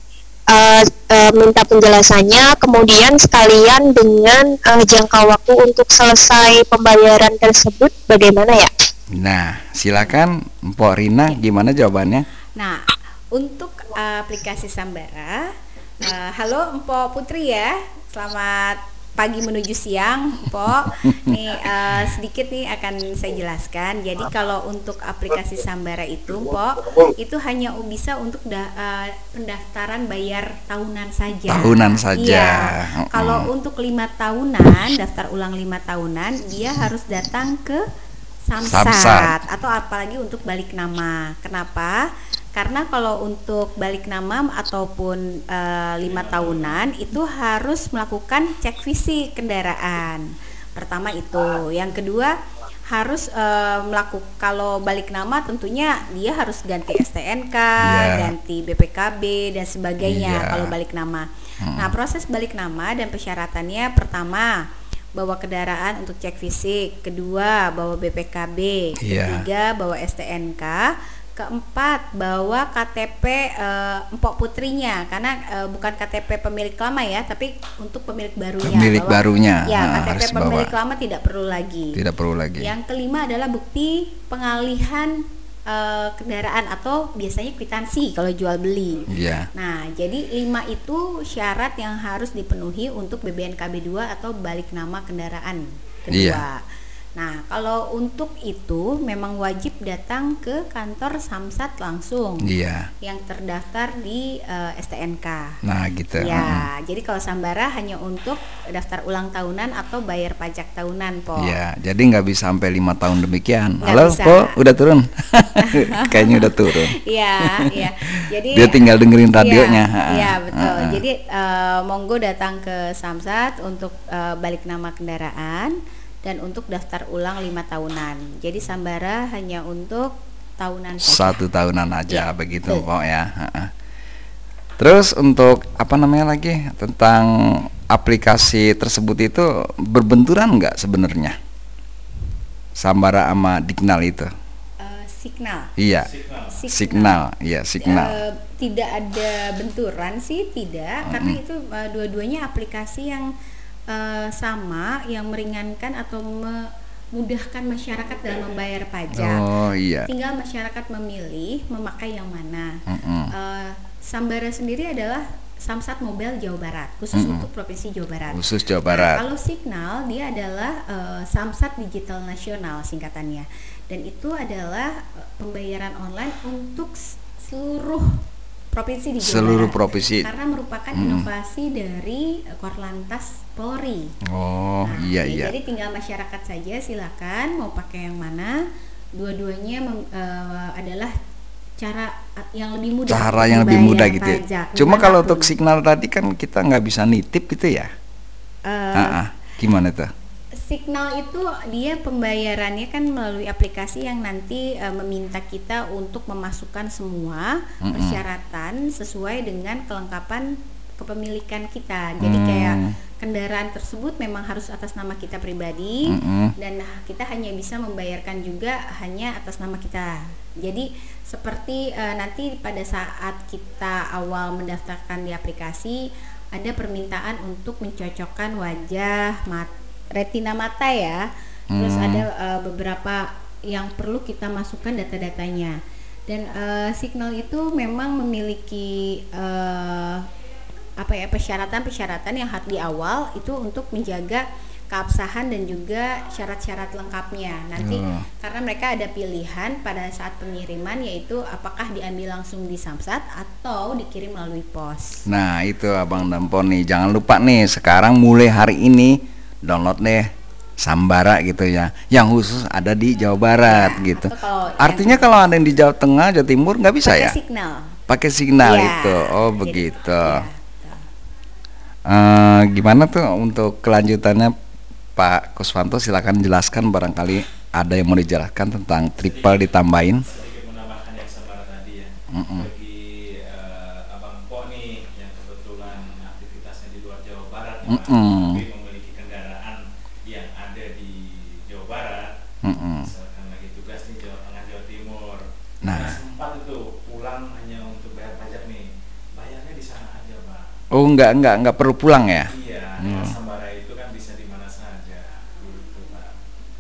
D: Uh, uh, minta penjelasannya, kemudian sekalian dengan uh, jangka waktu untuk selesai pembayaran tersebut bagaimana ya?
A: Nah, silakan Mpok Rina, gimana jawabannya?
B: Nah, untuk uh, aplikasi Sambara, uh, halo Mpok Putri ya, selamat pagi menuju siang, Mpok. Nih uh, sedikit nih akan saya jelaskan. Jadi kalau untuk aplikasi Sambara itu, Mpok, itu hanya bisa untuk da, uh, pendaftaran bayar tahunan saja.
A: Tahunan saja.
B: Iya. Uh-uh. Kalau untuk lima tahunan, daftar ulang lima tahunan, dia harus datang ke Samsat, Samsat atau apalagi untuk balik nama. Kenapa? Karena kalau untuk balik nama ataupun uh, lima tahunan itu harus melakukan cek fisik kendaraan. Pertama itu. Yang kedua harus uh, melakukan, kalau balik nama tentunya dia harus ganti S T N K, yeah. ganti B P K B dan sebagainya yeah. kalau balik nama. Hmm. Nah, proses balik nama dan persyaratannya pertama bawa kendaraan untuk cek fisik, kedua bawa B P K B, yeah. ketiga bawa S T N K, keempat bawa K T P uh, Mpok Putrinya, karena uh, bukan K T P pemilik lama ya, tapi untuk pemilik barunya.
A: Pemilik
B: bawa,
A: barunya.
B: Ya,
A: nah,
B: K T P pemilik bawa. lama tidak perlu lagi.
A: Tidak perlu lagi.
B: Yang kelima adalah bukti pengalihan uh, kendaraan atau biasanya kwitansi kalau jual beli.
A: Yeah.
B: Nah, jadi lima itu syarat yang harus dipenuhi untuk B B N K B dua atau balik nama kendaraan kedua. Yeah. Nah, kalau untuk itu memang wajib datang ke kantor Samsat langsung.
A: Iya.
B: Yang terdaftar di uh, S T N K.
A: Nah, gitu.
B: Ya, hmm. jadi kalau Sambara hanya untuk daftar ulang tahunan atau bayar pajak tahunan, Po.
A: Iya, jadi nggak bisa sampai lima tahun demikian.
B: Nggak
A: Halo,
B: bisa.
A: Po, udah turun? Kayaknya udah turun.
B: Iya, iya. Jadi
A: dia tinggal dengerin radionya.
B: Iya, iya betul. Uh-uh. Jadi uh, monggo datang ke Samsat untuk uh, balik nama kendaraan dan untuk daftar ulang lima tahunan. Jadi Sambara hanya untuk tahunan saja.
A: Satu tahunan aja, ya, begitu
B: betul.
A: Kok ya. Terus untuk apa namanya lagi tentang aplikasi tersebut itu berbenturan nggak sebenarnya? Sambara sama Dignal itu?
B: Uh, Signal.
A: Iya.
C: Signal.
A: Signal, iya Signal.
B: Uh, tidak ada benturan sih, tidak, mm-hmm. karena itu uh, dua-duanya aplikasi yang Uh, sama, yang meringankan atau memudahkan masyarakat dalam membayar pajak.
A: Oh iya.
B: Tinggal masyarakat memilih memakai yang mana.
A: Mm-hmm.
B: uh, Sambara sendiri adalah Samsat Mobile Jawa Barat, khusus mm-hmm. untuk Provinsi Jawa Barat.
A: Khusus Jawa Barat.
B: Nah, kalau Signal dia adalah uh, Samsat Digital Nasional singkatannya, dan itu adalah uh, pembayaran online untuk seluruh provinsi di Jawa
A: seluruh
B: Barat,
A: provinsi,
B: karena merupakan hmm. inovasi dari Korlantas Polri.
A: Oh nah, iya iya.
B: Jadi tinggal masyarakat saja silakan mau pakai yang mana. Dua-duanya mem, uh, adalah cara yang lebih mudah.
A: Cara yang lebih mudah gitu.
B: Pajak,
A: cuma kalau untuk Signal tadi kan kita nggak bisa nitip gitu ya.
B: Uh,
A: uh-uh. Gimana tuh?
B: Signal itu dia pembayarannya kan melalui aplikasi yang nanti uh, meminta kita untuk memasukkan semua mm-hmm. persyaratan sesuai dengan kelengkapan kepemilikan kita. Jadi mm. kayak kendaraan tersebut memang harus atas nama kita pribadi mm-hmm. dan kita hanya bisa membayarkan juga hanya atas nama kita. Jadi seperti uh, nanti pada saat kita awal mendaftarkan di aplikasi ada permintaan untuk mencocokkan wajah, mata, retina mata ya, terus hmm. ada uh, beberapa yang perlu kita masukkan data-datanya, dan uh, Signal itu memang memiliki uh, apa ya persyaratan-persyaratan yang harus di awal itu untuk menjaga keabsahan dan juga syarat-syarat lengkapnya nanti hmm. karena mereka ada pilihan pada saat pengiriman, yaitu apakah diambil langsung di Samsat atau dikirim melalui pos.
A: Nah itu Abang Dampon nih, jangan lupa nih sekarang mulai hari ini download deh Sambara gitu ya, yang khusus ada di Jawa Barat ya, gitu. Kalau artinya kalau ada yang di Jawa Tengah, Jawa Timur nggak bisa ya?
B: Signal.
A: Pakai Signal ya, itu. Oh jadi, begitu. Ya, uh, gimana tuh untuk kelanjutannya Pak Kuswanto? Silakan jelaskan, barangkali ada yang mau dijelaskan tentang triple ditambahin.
C: Sedikit menambahkan yang Sambara tadi ya.
A: Mm-mm.
C: Bagi uh, Abang Po nih yang kebetulan aktivitasnya di luar Jawa Barat,
A: Mm-mm.
C: memiliki kendaraan yang ada di
A: nggak nggak nggak perlu pulang ya?
C: Iya,
A: Hmm.
C: Sambara itu kan bisa di mana saja. Gitu, Pak.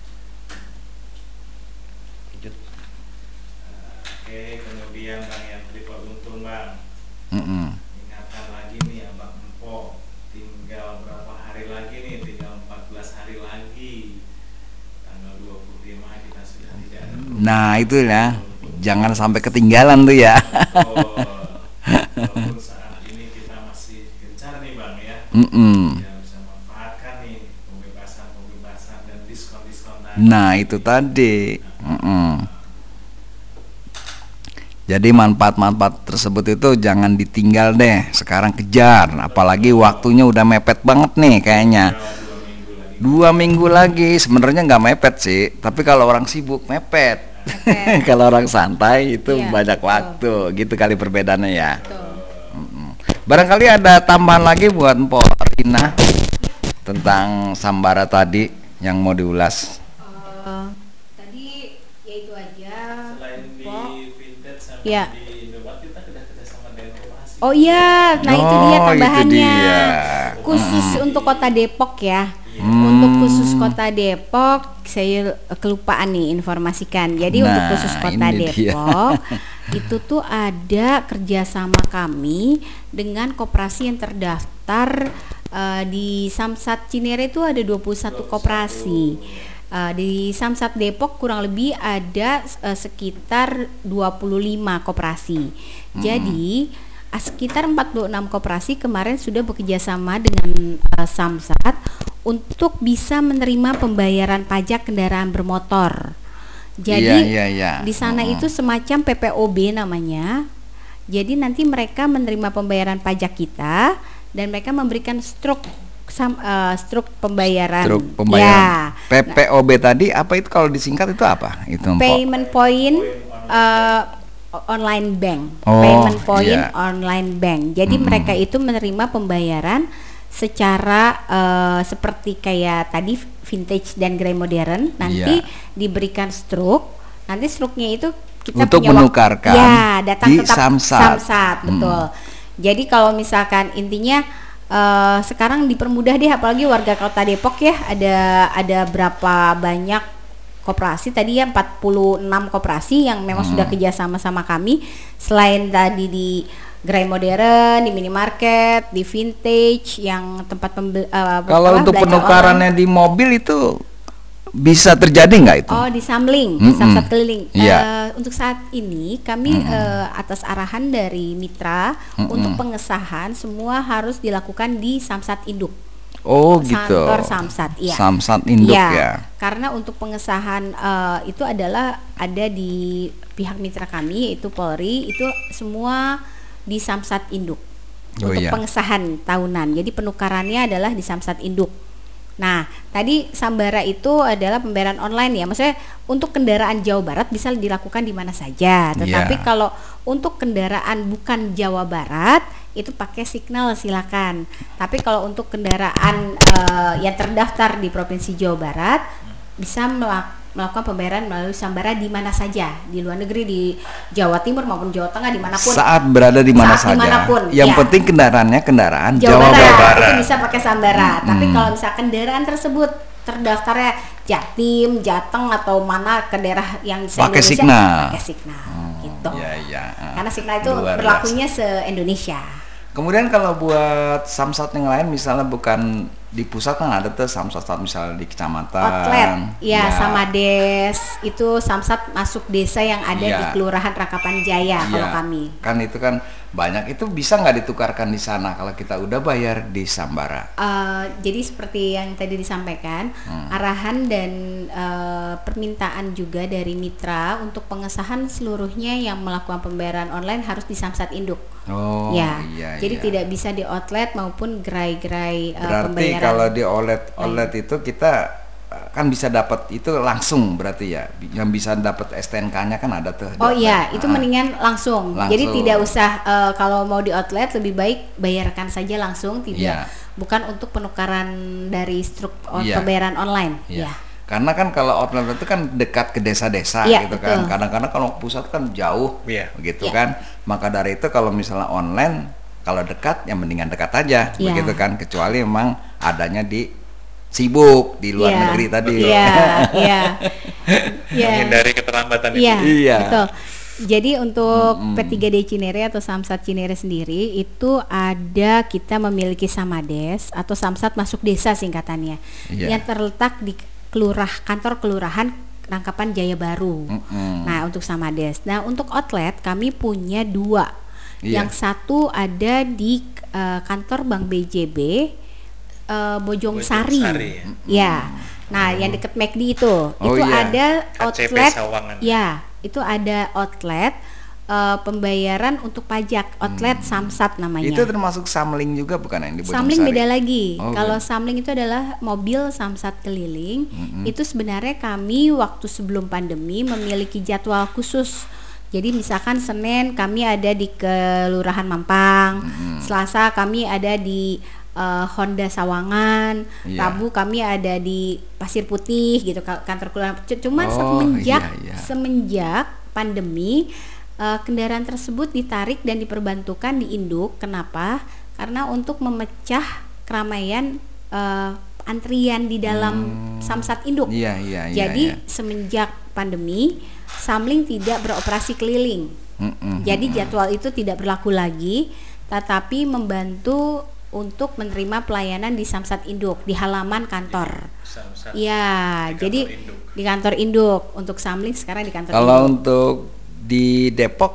A: Lanjut.
C: Oke, kemudian Bang yang triple untung Bang.
A: Mm-mm.
C: Ingatkan lagi nih Abang Empo, tinggal berapa hari lagi nih? Tinggal empat belas hari lagi. Tanggal dua puluh lima kita sudah tidak ada.
A: Nah itu ya, jangan sampai ketinggalan tuh ya.
C: Oh, walaupun saat ini kita masih gencar nih Bang ya.
A: Mm-mm.
C: Ya bisa manfaatkan nih pembebasan-pembebasan dan diskon-diskon tadi.
A: Nah itu tadi. Mm-mm. Jadi manfaat-manfaat tersebut itu jangan ditinggal deh. Sekarang kejar, apalagi waktunya udah mepet banget nih kayaknya. Dua minggu lagi, sebenarnya nggak mepet sih. Tapi kalau orang sibuk mepet. Kalau orang santai itu
B: Iya,
A: banyak
B: betul.
A: waktu. Gitu kali perbedaannya ya.
B: Betul.
A: Mm-mm. Barangkali ada tambahan lagi buat Mpok Rina tentang Sambara tadi yang mau diulas.
B: Eh, tadi ya itu aja.
C: Selain di
B: Pok.
C: vintage sama
B: Iya.
C: di Indomaret kita sudah kerjasama dengan Koperasi.
B: Oh iya, nah itu
A: Oh,
B: dia
A: itu
B: tambahannya.
A: dia.
B: Khusus untuk Kota Depok ya.
A: Hmm.
B: Untuk khusus Kota Depok, saya kelupaan nih informasikan. Jadi untuk
A: Nah,
B: khusus Kota
A: ini dia.
B: Depok itu tuh ada kerjasama kami dengan koperasi yang terdaftar eh, di Samsat Cinere itu ada dua puluh satu koperasi. Eh, di Samsat Depok kurang lebih ada eh, sekitar dua puluh lima koperasi. Jadi ah, sekitar empat puluh enam koperasi kemarin sudah bekerja sama dengan eh, Samsat untuk bisa menerima pembayaran pajak kendaraan bermotor. Jadi
A: Iya, iya, iya.
B: di sana
A: Mm.
B: itu semacam P P O B namanya. Jadi nanti mereka menerima pembayaran pajak kita dan mereka memberikan struk sam, eh, struk pembayaran.
A: Truk pembayaran.
B: Ya.
A: P P O B tadi apa itu kalau disingkat itu apa? Itu Mpok.
B: Payment point eh, online bank.
A: Oh,
B: Payment point
A: iya.
B: online bank. Jadi
A: Mm-mm.
B: mereka itu menerima pembayaran secara eh, seperti kayak tadi vintage dan grey modern. Nanti
A: Iya.
B: diberikan struk. Nanti struknya itu kita
A: Untuk
B: punya wak-
A: menukarkan
B: ya, datang
A: di
B: tetap
A: Samsat.
B: Samsat, betul. Jadi kalau misalkan intinya eh, sekarang dipermudah deh, apalagi warga Kota Depok ya, ada ada berapa banyak koperasi tadi ya, empat puluh enam koperasi yang memang
A: Hmm.
B: sudah kerjasama sama kami. Selain tadi di Grey Modern, di minimarket, di vintage, yang tempat pembel- eh,
A: Kalau
B: apa,
A: untuk
B: belanja
A: penukarannya di mobil itu bisa terjadi nggak itu?
B: Oh, di Samling,
A: Mm-mm.
B: Samsat keliling.
A: Iya.
B: Eh, untuk saat ini kami
A: Mm-mm.
B: eh, atas arahan dari mitra
A: Mm-mm.
B: untuk pengesahan semua harus dilakukan di Samsat Induk.
A: Oh gitu.
B: Kantor Samsat, iya.
A: Samsat Induk
B: Iya,
A: ya.
B: karena untuk pengesahan eh, itu adalah ada di pihak mitra kami yaitu Polri, itu semua di Samsat Induk.
A: Oh,
B: Untuk
A: iya.
B: pengesahan tahunan. Jadi penukarannya adalah di Samsat Induk. Nah, tadi Sambara itu adalah pembayaran online ya. Maksudnya untuk kendaraan Jawa Barat bisa dilakukan di mana saja. Tetapi
A: Iya.
B: kalau untuk kendaraan bukan Jawa Barat itu pakai Signal silakan. Tapi kalau untuk kendaraan eh, yang terdaftar di Provinsi Jawa Barat bisa melak- melakukan pembayaran melalui Sambara di mana saja, di luar negeri, di Jawa Timur maupun Jawa Tengah, dimanapun.
A: Saat berada di mana
B: Saat
A: saja.
B: dimanapun,
A: Yang
B: ya.
A: penting kendaraannya kendaraan
B: Jawa,
A: Jawa,
B: Barat,
A: Barat.
B: itu bisa pakai Sambara.
A: Hmm.
B: Tapi kalau misalkan kendaraan tersebut terdaftarnya Jatim, Jateng atau mana ke daerah yang
A: Pakai
B: se-Indonesia,
A: Signal.
B: pakai Signal gitu.
A: Iya, iya.
B: Karena Signal itu
A: Luar
B: berlakunya se-Indonesia.
A: Kemudian kalau buat samsat yang lain misalnya bukan di pusat kan ada tuh samsat misalnya di kecamatan.
B: Outlet, ya, sama des itu Samsat masuk desa yang ada
A: Iya.
B: di Kelurahan Rakapan Jaya kalau
A: Iya.
B: kami.
A: Kan itu kan banyak, itu bisa nggak ditukarkan di sana kalau kita udah bayar di Sambara?
B: Uh, jadi seperti yang tadi disampaikan,
A: Hmm.
B: arahan dan uh, permintaan juga dari mitra untuk pengesahan seluruhnya yang melakukan pembayaran online harus di Samsat Induk.
A: Oh
B: ya,
A: iya.
B: jadi
A: iya.
B: tidak bisa di outlet maupun gerai-gerai uh,
A: Berarti
B: pembayaran.
A: kalau di outlet outlet itu kita uh, kan bisa dapat itu langsung berarti ya, yang bisa dapat S T N K-nya kan ada tuh.
B: Oh iya,
A: Ah.
B: itu mendingan langsung.
A: Langsung.
B: Jadi tidak usah uh, kalau mau di outlet lebih baik bayarkan saja langsung, tidak
A: Iya.
B: bukan untuk penukaran dari struk on-
A: Iya.
B: pembayaran online.
A: Iya.
B: Ya.
A: Karena kan kalau outlet itu kan dekat ke desa-desa
B: Iya,
A: gitu kan.
B: betul.
A: Kadang-kadang kalau pusat kan jauh,
C: Iya.
A: begitu
B: Iya.
A: kan. Maka dari itu kalau misalnya online kalau dekat ya mendingan dekat aja,
B: yeah.
A: begitu kan, kecuali memang adanya di sibuk di luar
B: yeah.
A: negeri tadi.
B: Iya, iya.
C: Menghindari keterlambatan itu.
B: Iya,
A: iya.
B: betul. Jadi untuk
A: Mm-mm.
B: P tiga D Cinere atau Samsat Cinere sendiri itu ada, kita memiliki Samades atau Samsat Masuk Desa singkatannya,
A: Iya.
B: yang terletak di kelurah kantor kelurahan Rangkapan Jaya Baru.
A: Mm-mm.
B: Nah, untuk Samades. Nah, untuk outlet kami punya dua.
A: Iya.
B: Yang satu ada di uh, kantor Bank B J B uh, Bojong Sari.
C: Bojong Sari,
B: Ya. Nah, yang deket McD itu,
A: Oh,
B: itu
A: iya.
B: ada
C: K C P
B: outlet.
C: Sawangan.
B: Ya, itu ada outlet uh, pembayaran untuk pajak, outlet Samsat namanya.
A: Itu termasuk Samling juga bukan yang di Bojong
B: Samling
A: Sari?
B: beda lagi.
A: Oh,
B: Kalau
A: beda.
B: Samling itu adalah mobil Samsat keliling.
A: Mm-mm.
B: Itu sebenarnya kami waktu sebelum pandemi memiliki jadwal khusus. Jadi misalkan Senin kami ada di Kelurahan Mampang,
A: Mm-mm.
B: Selasa kami ada di uh, Honda Sawangan,
A: Iya.
B: Rabu kami ada di Pasir Putih gitu, ka- kantor kelurahan. C- Cuman
A: Oh,
B: semenjak
A: iya, iya.
B: semenjak pandemi uh, kendaraan tersebut ditarik dan diperbantukan di induk. Kenapa? Karena untuk memecah keramaian uh, antrian di dalam
A: Hmm.
B: Samsat induk.
A: Iya, iya, iya.
B: Jadi
A: iya.
B: semenjak pandemi Samling tidak beroperasi keliling.
A: Mm-mm.
B: Jadi jadwal itu tidak berlaku lagi, tetapi membantu untuk menerima pelayanan di Samsat induk di halaman kantor.
C: Samsat.
B: Iya,
C: Di
B: jadi
C: kantor induk.
B: di kantor induk. Untuk Samling sekarang di kantor
A: Kalau
B: induk.
A: untuk di Depok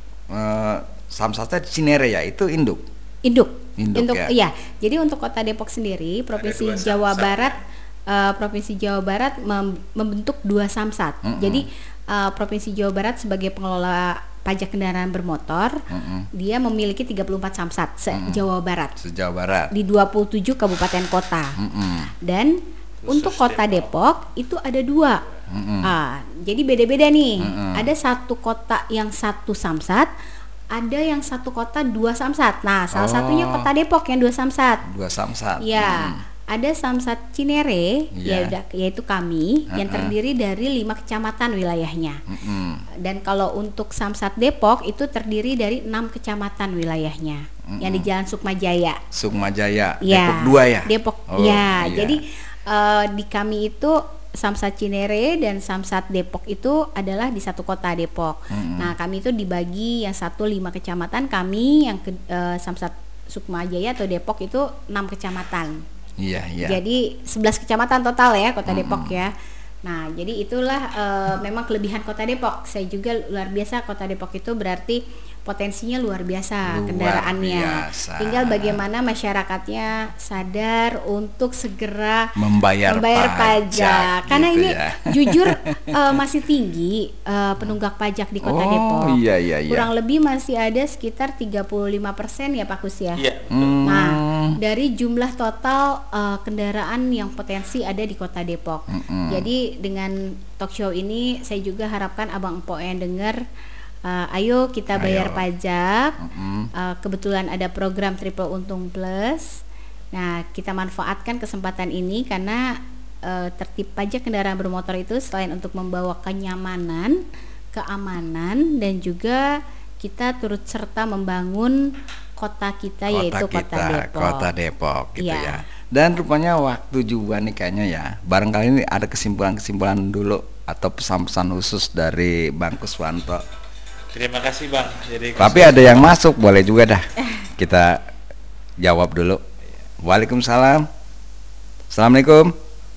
A: eh, Samsatnya di Cinere ya, itu induk.
B: Induk.
A: Induk,
B: untuk
A: ya.
B: iya. Jadi untuk Kota Depok sendiri, Provinsi
C: dua
B: Jawa
C: Samsat,
B: Barat eh, Provinsi Jawa Barat mem- membentuk dua Samsat.
A: Mm-mm.
B: Jadi eh, Provinsi Jawa Barat sebagai pengelola pajak kendaraan bermotor,
A: Mm-mm.
B: dia memiliki tiga puluh empat Samsat se-Jawa Barat
A: Se-Jawa Barat.
B: di dua puluh tujuh kabupaten kota.
A: Mm-mm.
B: Dan untuk Kota Depok. itu ada dua.
A: Mm-mm.
B: Ah, jadi beda-beda nih.
A: Mm-mm.
B: Ada satu kota yang satu Samsat, ada yang satu kota dua Samsat. Nah, salah
A: Oh.
B: satunya Kota Depok yang dua Samsat.
A: Dua Samsat.
B: Ya,
A: Mm.
B: ada Samsat Cinere,
A: Iya.
B: ya, yaitu kami, yang
A: Uh-uh.
B: terdiri dari lima kecamatan wilayahnya.
A: Mm-mm.
B: Dan kalau untuk Samsat Depok itu terdiri dari enam kecamatan wilayahnya, yang di Jalan Sukmajaya.
A: Sukma Jaya.
B: Ya,
A: Depok dua ya.
B: Depok.
A: Oh,
B: ya,
A: iya.
B: jadi eh, di kami itu Samsat Cinere dan Samsat Depok itu adalah di satu kota Depok.
A: Mm-mm.
B: Nah, kami itu dibagi yang satu lima kecamatan, kami yang ke, eh, Samsat Sukmajaya atau Depok itu enam kecamatan.
A: Iya, iya.
B: Jadi sebelas kecamatan total ya Kota
A: Mm-mm.
B: Depok ya. Nah, jadi itulah eh, memang kelebihan Kota Depok. Saya juga luar biasa, Kota Depok itu berarti potensinya luar biasa
A: Luar
B: kendaraannya.
A: biasa.
B: Tinggal bagaimana masyarakatnya sadar untuk segera
A: membayar,
B: membayar pajak.
A: pajak,
B: Karena
A: gitu
B: ini
A: ya.
B: jujur eh, masih tinggi eh, penunggak pajak di Kota
A: Oh,
B: Depok.
A: iya, iya, iya.
B: Kurang lebih masih ada sekitar tiga puluh lima persen ya Pak Kus ya.
C: Iya.
A: Hmm.
B: Nah, dari jumlah total uh, kendaraan yang potensi ada di Kota Depok.
A: Mm-mm.
B: Jadi dengan talk show ini saya juga harapkan Abang Empo yang dengar, uh, ayo kita bayar
A: Ayo.
B: pajak.
A: Mm-mm.
B: Uh, kebetulan ada program Triple Untung Plus. Nah, kita manfaatkan kesempatan ini karena uh, tertib pajak kendaraan bermotor itu selain untuk membawa kenyamanan, keamanan, dan juga kita turut serta membangun kota kita, yaitu Kota Depok.
A: Kota Depok gitu
B: Iya.
A: ya. Dan rupanya waktu juga nih kayaknya ya. Barangkali ini ada kesimpulan-kesimpulan dulu atau pesan-pesan khusus dari Bang Kuswanto.
C: Terima kasih Bang. Jadi
A: Tapi ada yang masuk, boleh juga dah. Kita jawab dulu. Waalaikumsalam. Assalamualaikum.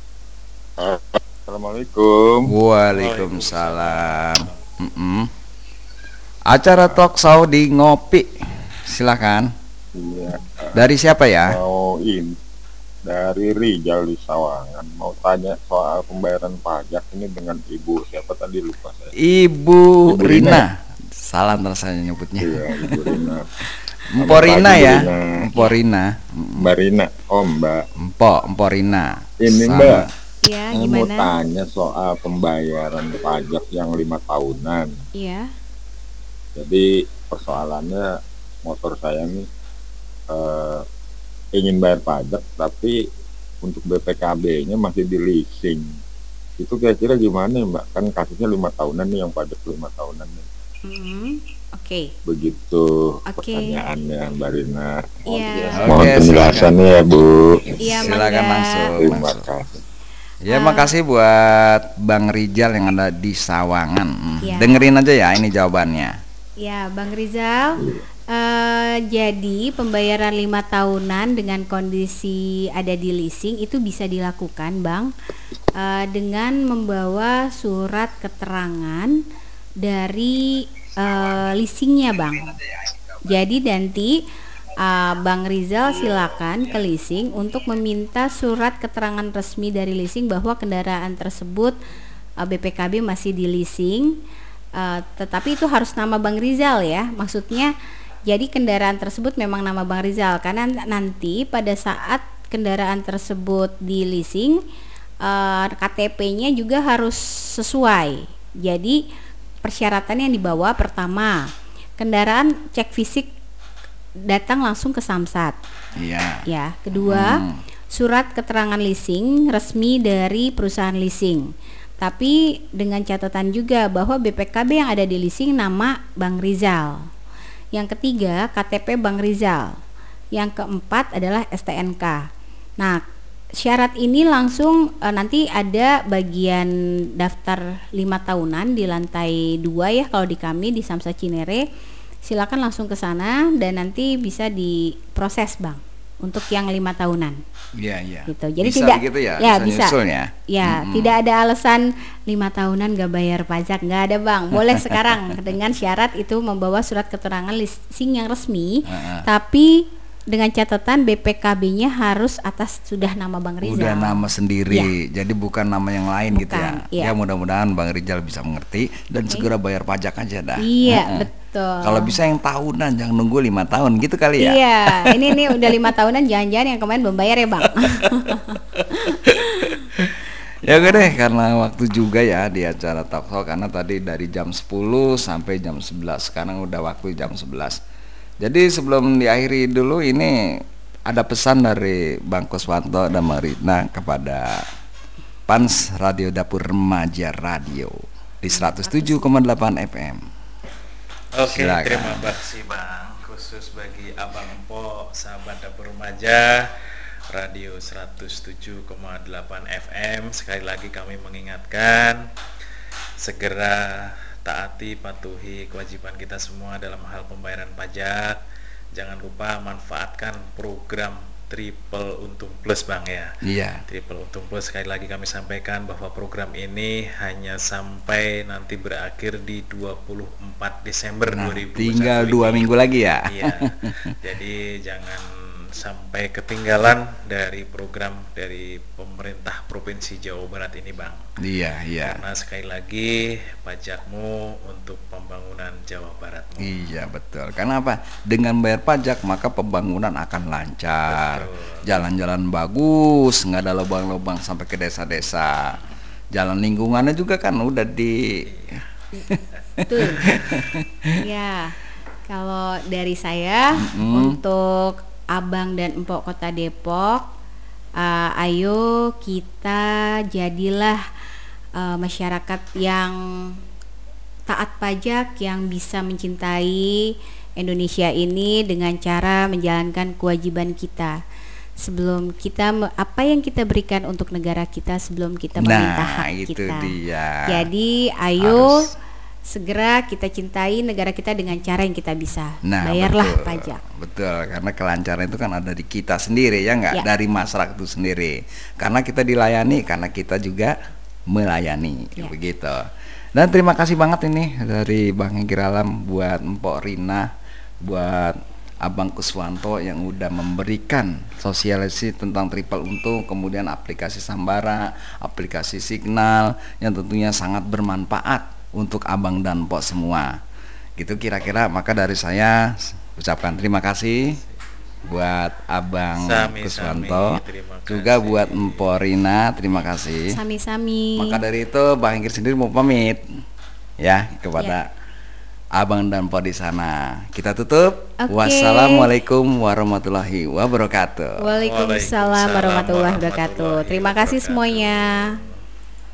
E: Assalamualaikum.
A: Waalaikumsalam. Mm-mm. Acara talk show di Ngopi. Silakan.
E: Iya,
A: Dari siapa ya?
E: mau in dari Rijal di Sawangan. Mau tanya soal pembayaran pajak ini dengan Ibu siapa tadi lupa saya.
A: Ibu,
E: Ibu
A: Rina.
E: Rina.
A: Salah ntar saya nyebutnya.
E: Iya, Ibu Rina.
A: Empo Rina
E: Ibu
A: ya.
E: Rina.
A: Empo Rina.
E: Mbak Rina. Oh, Mbak.
A: Empo, Empo Rina.
E: Ini
A: Sama-
E: Mbak,
B: Ya,
E: saya mau
B: gimana?
E: tanya soal pembayaran pajak yang lima tahunan.
B: Iya.
E: Jadi persoalannya motor saya nih eh, ingin bayar pajak tapi untuk B P K B-nya masih di leasing. Itu kira-kira gimana ya, Mbak? Kan kasusnya lima tahunan nih, yang pajak lima tahunan nih.
B: Mm-mm. Oke.
E: Begitu
B: Oke.
E: pertanyaannya Mbak Rina.
B: Iya.
E: Mohon
A: Oke,
E: penjelasannya ya Bu.
B: Iya,
A: Silakan
B: Mangga.
A: langsung.
E: Terima
A: langsung.
E: kasih.
A: Ya, makasih buat Bang Rizal yang ada di Sawangan. Hmm,
B: Iya.
A: Dengerin aja ya ini jawabannya.
B: Ya, Bang Rizal. eh, jadi pembayaran lima tahunan dengan kondisi ada di leasing itu bisa dilakukan, Bang, eh, dengan membawa surat keterangan dari eh, leasingnya, Bang. Jadi nanti uh, Bang Rizal silakan ke leasing untuk meminta surat keterangan resmi dari leasing bahwa kendaraan tersebut uh, B P K B masih di leasing, uh, tetapi itu harus nama Bang Rizal ya. Maksudnya jadi kendaraan tersebut memang nama Bang Rizal, karena nanti pada saat kendaraan tersebut di leasing uh, K T P-nya juga harus sesuai. Jadi persyaratan yang dibawa pertama, kendaraan cek fisik datang langsung ke Samsat.
A: Iya.
B: Ya, kedua,
A: Hmm.
B: surat keterangan leasing resmi dari perusahaan leasing. Tapi dengan catatan juga bahwa B P K B yang ada di leasing nama Bang Rizal. Yang ketiga, K T P Bang Rizal. Yang keempat adalah S T N K. Nah, syarat ini langsung e, nanti ada bagian daftar lima tahunan di lantai dua ya kalau di kami di Samsat Cinere. Silakan langsung ke sana dan nanti bisa diproses, Bang, untuk yang lima tahunan.
A: Iya, iya.
B: Gitu. Jadi
A: Bisa
B: tidak
A: begitu ya,
B: ya
A: bisa
B: bisa.
A: nyusul ya?
B: Ya,
A: Mm-mm.
B: tidak ada alasan lima tahunan gak bayar pajak, nggak ada, Bang. Boleh sekarang dengan syarat itu membawa surat keterangan leasing yang resmi,
A: Uh-uh.
B: tapi dengan catatan B P K B-nya harus atas sudah nama Bang Rizal.
A: Udah nama sendiri, jadi bukan nama yang lain gitu ya.
B: Bukan, iya.
A: Ya mudah-mudahan Bang Rizal bisa mengerti dan segera bayar pajak aja dah.
B: Iya,
A: Heeh.
B: betul.
A: Kalau bisa yang tahunan, jangan nunggu lima tahun gitu kali ya.
B: Iya, ini nih udah lima tahunan, jangan-jangan yang kemarin belum bayar ya, Bang.
A: Ya oke deh, karena waktu juga ya di acara Talk Show, karena tadi dari jam sepuluh sampai jam sebelas, sekarang udah waktu jam sebelas. Jadi sebelum diakhiri dulu ini ada pesan dari Bang Kuswanto dan Mbak Rina kepada Pans Radio Dapur Remaja Radio di seratus tujuh koma delapan F M.
C: Oke,
A: Silakan.
C: terima kasih Bang. Khusus bagi Abang Empo, sahabat Dapur Remaja Radio seratus tujuh koma delapan F M, sekali lagi kami mengingatkan segera taati, patuhi kewajiban kita semua dalam hal pembayaran pajak. Jangan lupa manfaatkan program Triple Untung Plus, Bang ya.
A: Iya.
C: Triple Untung Plus, sekali lagi kami sampaikan bahwa program ini hanya sampai nanti berakhir di dua puluh empat Desember
A: Nah,
C: dua ribu dua puluh satu
A: tinggal
C: ini.
A: dua minggu lagi ya.
C: Iya. Jadi jangan sampai ketinggalan dari program dari pemerintah Provinsi Jawa Barat ini, Bang.
A: Iya, iya.
C: Karena sekali lagi pajakmu untuk pembangunan Jawa Baratmu.
A: Iya betul. Karena apa? Dengan bayar pajak maka pembangunan akan lancar.
C: Betul.
A: Jalan-jalan bagus, nggak ada lubang-lubang sampai ke desa-desa. Jalan lingkungannya juga kan udah di.
B: Betul. Ya, kalau dari saya
A: Mm-mm.
B: untuk Abang dan Empok Kota Depok, uh, ayo kita jadilah uh, masyarakat yang taat pajak, yang bisa mencintai Indonesia ini dengan cara menjalankan kewajiban kita. Sebelum kita me- apa yang kita berikan untuk negara kita sebelum kita meminta
A: Nah,
B: hak
A: itu
B: kita.
A: dia.
B: Jadi ayo
A: Harus.
B: segera kita cintai negara kita dengan cara yang kita bisa.
A: Nah,
B: Bayarlah
A: betul,
B: pajak.
A: Betul, karena kelancaran itu kan ada di kita sendiri ya nggak,
B: Ya.
A: dari masyarakat itu sendiri. Karena kita dilayani, karena kita juga melayani,
B: Ya.
A: begitu. Dan terima kasih banget ini dari Bang Hengkir Alam buat Mpok Rina, buat Abang Kuswanto yang udah memberikan sosialisasi tentang Triple Untung, kemudian aplikasi Sambara, aplikasi Signal yang tentunya sangat bermanfaat untuk abang dan mpok semua. Gitu kira-kira, maka dari saya ucapkan terima kasih buat Abang
C: Sami-sami,
A: Kuswanto,
C: terima
A: juga
C: kasih.
A: buat Mpok Rina, terima kasih.
B: Sami-sami.
A: Maka dari itu Bang Hengkir sendiri mau pamit ya kepada abang dan mpok di sana. Kita tutup.
B: Oke.
A: Wassalamualaikum warahmatullahi wabarakatuh.
B: Waalaikumsalam warahmatullahi wabarakatuh. Terima kasih semuanya.